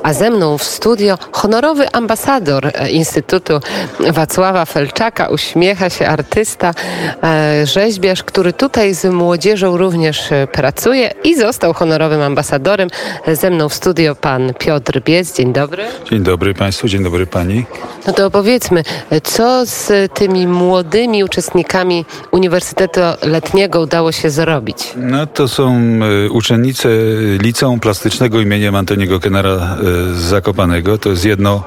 a ze mną w studio honorowy ambasador Instytutu Wacława Felczaka. Uśmiecha się artysta, rzeźbiarz, który tutaj z młodzieżą również pracuje i został honorowym ambasadorem. Ze mną w studio pan Piotr Biec. Dzień dobry. Dzień dobry Państwu, dzień dobry Pani. No to opowiedzmy, co z tymi młodymi uczestnikami Uniwersytetu Letniego udało się zrobić? No to są uczennice Liceum Plastycznego imieniem Antoniego Kennera z Zakopanego. To jest jedno,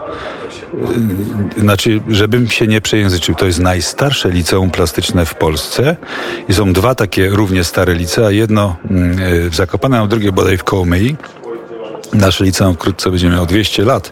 żebym się nie przejęzyczył, to jest najstarsze liceum plastyczne w Polsce i są dwa takie równie stare licea, jedno w Zakopanem, a drugie bodaj w Kołomyi. Nasze liceum wkrótce będzie miało 200 lat.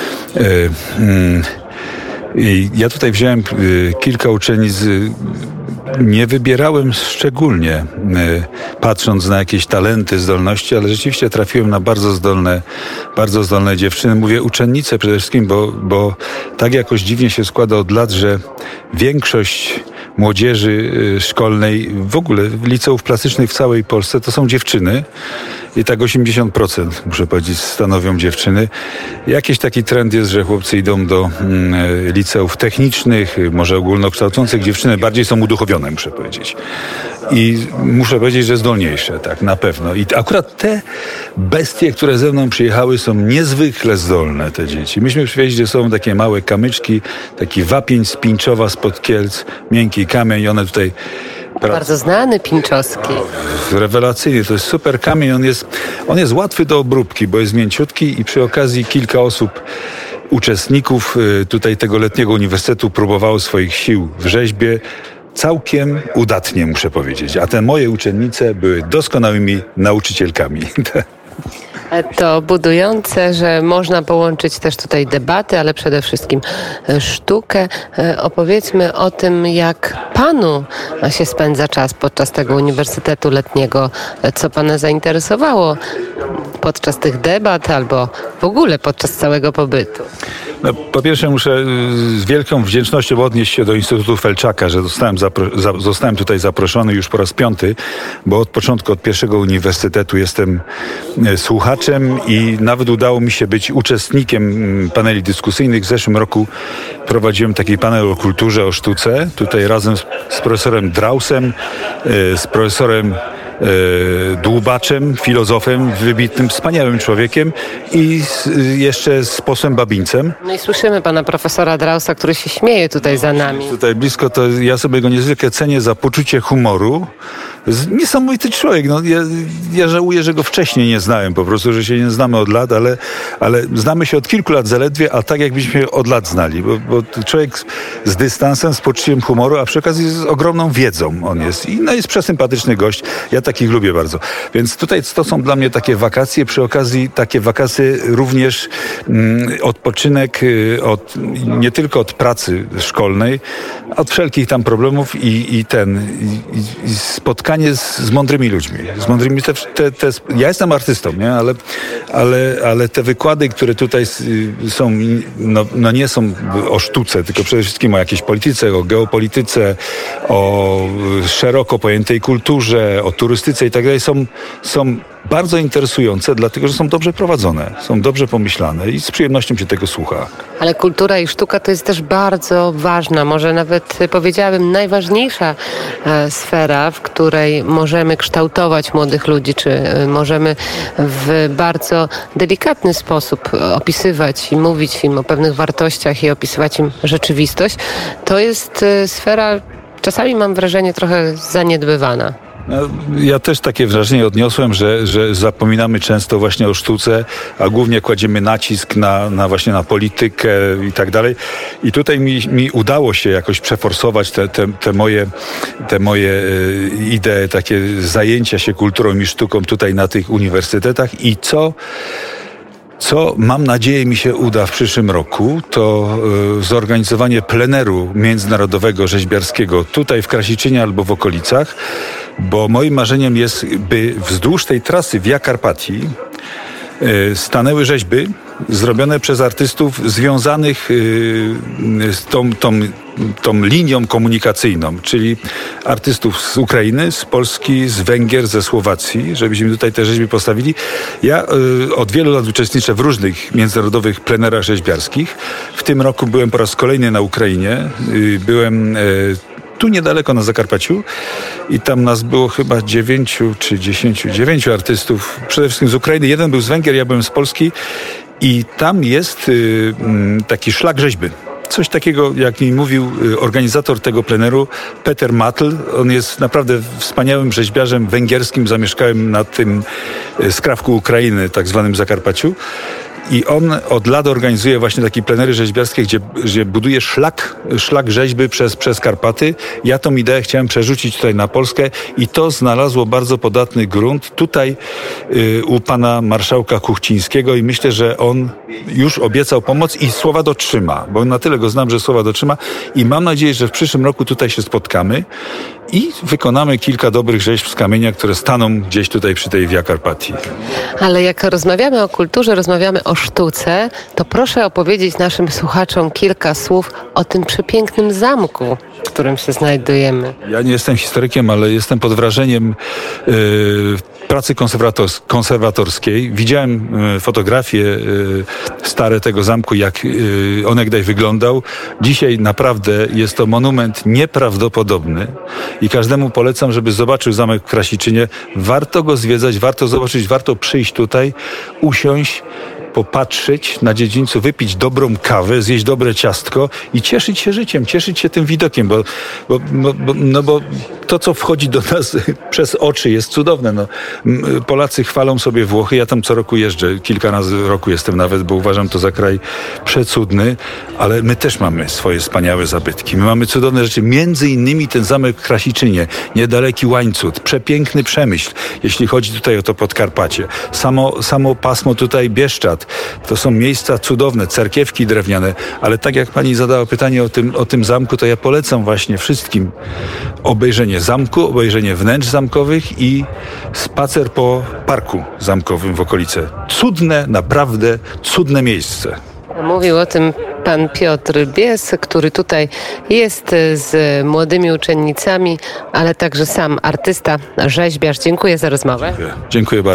I ja tutaj wziąłem kilka uczennic, nie wybierałem szczególnie, patrząc na jakieś talenty, zdolności, ale rzeczywiście trafiłem na bardzo zdolne dziewczyny. Mówię uczennice przede wszystkim, bo tak jakoś dziwnie się składa od lat, że większość młodzieży szkolnej, w ogóle liceów plastycznych w całej Polsce to są dziewczyny i tak 80%, muszę powiedzieć, stanowią dziewczyny. Jakiś taki trend jest, że chłopcy idą do liceów technicznych, może ogólnokształcących. Dziewczyny bardziej są uduchowione, muszę powiedzieć. I muszę powiedzieć, że zdolniejsze, tak, na pewno. I akurat te bestie, które ze mną przyjechały, są niezwykle zdolne, te dzieci. Myśmy przywieźli, że są takie małe kamyczki, taki wapień z Pińczowa, spod Kielc, miękki kamień i one tutaj... Bardzo znany Pińczowski. Rewelacyjny, to jest super kamień, on jest łatwy do obróbki, bo jest mięciutki i przy okazji kilka osób, uczestników tutaj tego letniego uniwersytetu próbowało swoich sił w rzeźbie. Całkiem udatnie, muszę powiedzieć. A te moje uczennice były doskonałymi nauczycielkami. To budujące, że można połączyć też tutaj debaty, ale przede wszystkim sztukę. Opowiedzmy o tym, jak panu się spędza czas podczas tego Uniwersytetu Letniego. Co pana zainteresowało podczas tych debat albo w ogóle podczas całego pobytu? No, po pierwsze muszę z wielką wdzięcznością odnieść się do Instytutu Felczaka, że zostałem tutaj zaproszony już po raz 5, bo od początku, od pierwszego uniwersytetu jestem słuchaczem i nawet udało mi się być uczestnikiem paneli dyskusyjnych. W zeszłym roku prowadziłem taki panel o kulturze, o sztuce, tutaj razem z profesorem Drausem, z profesorem Dłubaczem, filozofem, wybitnym, wspaniałym człowiekiem i jeszcze z posłem Babińcem. No i słyszymy pana profesora Drausa, który się śmieje tutaj za nami. Tutaj blisko, to ja sobie go niezwykle cenię za poczucie humoru. Niesamowity człowiek. No, ja żałuję, że go wcześniej nie znałem, po prostu, że się nie znamy od lat, ale znamy się od kilku lat zaledwie, a tak jakbyśmy od lat znali, bo człowiek z dystansem, z poczuciem humoru, a przy okazji z ogromną wiedzą on jest. I jest przesympatyczny gość. Ja takich lubię bardzo. Więc tutaj to są dla mnie takie wakacje, przy okazji takie wakacje również odpoczynek nie tylko od pracy szkolnej, od wszelkich tam problemów i spotkanie z mądrymi ludźmi. Z mądrymi ja jestem artystą, nie? Ale te wykłady, które tutaj są, no nie są o sztuce, tylko przede wszystkim o jakiejś polityce, o geopolityce, o szeroko pojętej kulturze, o turystyce i tak dalej, są bardzo interesujące, dlatego że są dobrze prowadzone, są dobrze pomyślane i z przyjemnością się tego słucha. Ale kultura i sztuka to jest też bardzo ważna, może nawet powiedziałabym najważniejsza sfera, w której możemy kształtować młodych ludzi, czy możemy w bardzo delikatny sposób opisywać i mówić im o pewnych wartościach i opisywać im rzeczywistość. To jest sfera, czasami mam wrażenie, trochę zaniedbywana. No, ja też takie wrażenie odniosłem, że zapominamy często właśnie o sztuce, a głównie kładziemy nacisk właśnie na politykę i tak dalej. I tutaj mi udało się jakoś przeforsować te moje idee, takie zajęcia się kulturą i sztuką tutaj na tych uniwersytetach i co mam nadzieję mi się uda w przyszłym roku, to zorganizowanie pleneru międzynarodowego rzeźbiarskiego tutaj w Krasiczynie albo w okolicach, bo moim marzeniem jest, by wzdłuż tej trasy Via Carpatii stanęły rzeźby zrobione przez artystów związanych z tą linią komunikacyjną, czyli artystów z Ukrainy, z Polski, z Węgier, ze Słowacji, żebyśmy tutaj te rzeźby postawili. Ja od wielu lat uczestniczę w różnych międzynarodowych plenerach rzeźbiarskich. W tym roku byłem po raz kolejny na Ukrainie. Byłem tu niedaleko na Zakarpaciu i tam nas było chyba 9 czy 10, 9 artystów, przede wszystkim z Ukrainy. Jeden był z Węgier, ja byłem z Polski i tam jest taki szlak rzeźby. Coś takiego, jak mi mówił organizator tego pleneru, Peter Matl. On jest naprawdę wspaniałym rzeźbiarzem węgierskim. Zamieszkałem na tym skrawku Ukrainy, tak zwanym Zakarpaciu. I on od lat organizuje właśnie takie plenery rzeźbiarskie, gdzie buduje szlak rzeźby przez Karpaty. Ja tą ideę chciałem przerzucić tutaj na Polskę i to znalazło bardzo podatny grunt tutaj u pana marszałka Kuchcińskiego i myślę, że on już obiecał pomoc i słowa dotrzyma, bo na tyle go znam, że słowa dotrzyma i mam nadzieję, że w przyszłym roku tutaj się spotkamy i wykonamy kilka dobrych rzeźb z kamienia, które staną gdzieś tutaj przy tej Via Carpatii. Ale jak rozmawiamy o kulturze, rozmawiamy o sztuce, to proszę opowiedzieć naszym słuchaczom kilka słów o tym przepięknym zamku, w którym się znajdujemy. Ja nie jestem historykiem, ale jestem pod wrażeniem pracy konserwatorskiej. Widziałem fotografie stare tego zamku, jak onegdaj wyglądał. Dzisiaj naprawdę jest to monument nieprawdopodobny i każdemu polecam, żeby zobaczył zamek w Krasiczynie. Warto go zwiedzać, warto zobaczyć, warto przyjść tutaj, usiąść, popatrzeć na dziedzińcu, wypić dobrą kawę, zjeść dobre ciastko i cieszyć się życiem, cieszyć się tym widokiem, bo to, co wchodzi do nas przez oczy, jest cudowne. No, Polacy chwalą sobie Włochy, ja tam co roku jeżdżę, kilka razy w roku jestem nawet, bo uważam to za kraj przecudny, ale my też mamy swoje wspaniałe zabytki. My mamy cudowne rzeczy, między innymi ten zamek w Krasiczynie, niedaleki Łańcut, przepiękny Przemyśl, jeśli chodzi tutaj o to Podkarpacie. Samo pasmo tutaj Bieszczad, to są miejsca cudowne, cerkiewki drewniane, ale tak jak pani zadała pytanie o tym zamku, to ja polecam właśnie wszystkim obejrzenie zamku, obejrzenie wnętrz zamkowych i spacer po parku zamkowym w okolice. Cudne, naprawdę cudne miejsce. Mówił o tym pan Piotr Bies, który tutaj jest z młodymi uczennicami, ale także sam artysta, rzeźbiarz. Dziękuję za rozmowę. Dziękuję bardzo.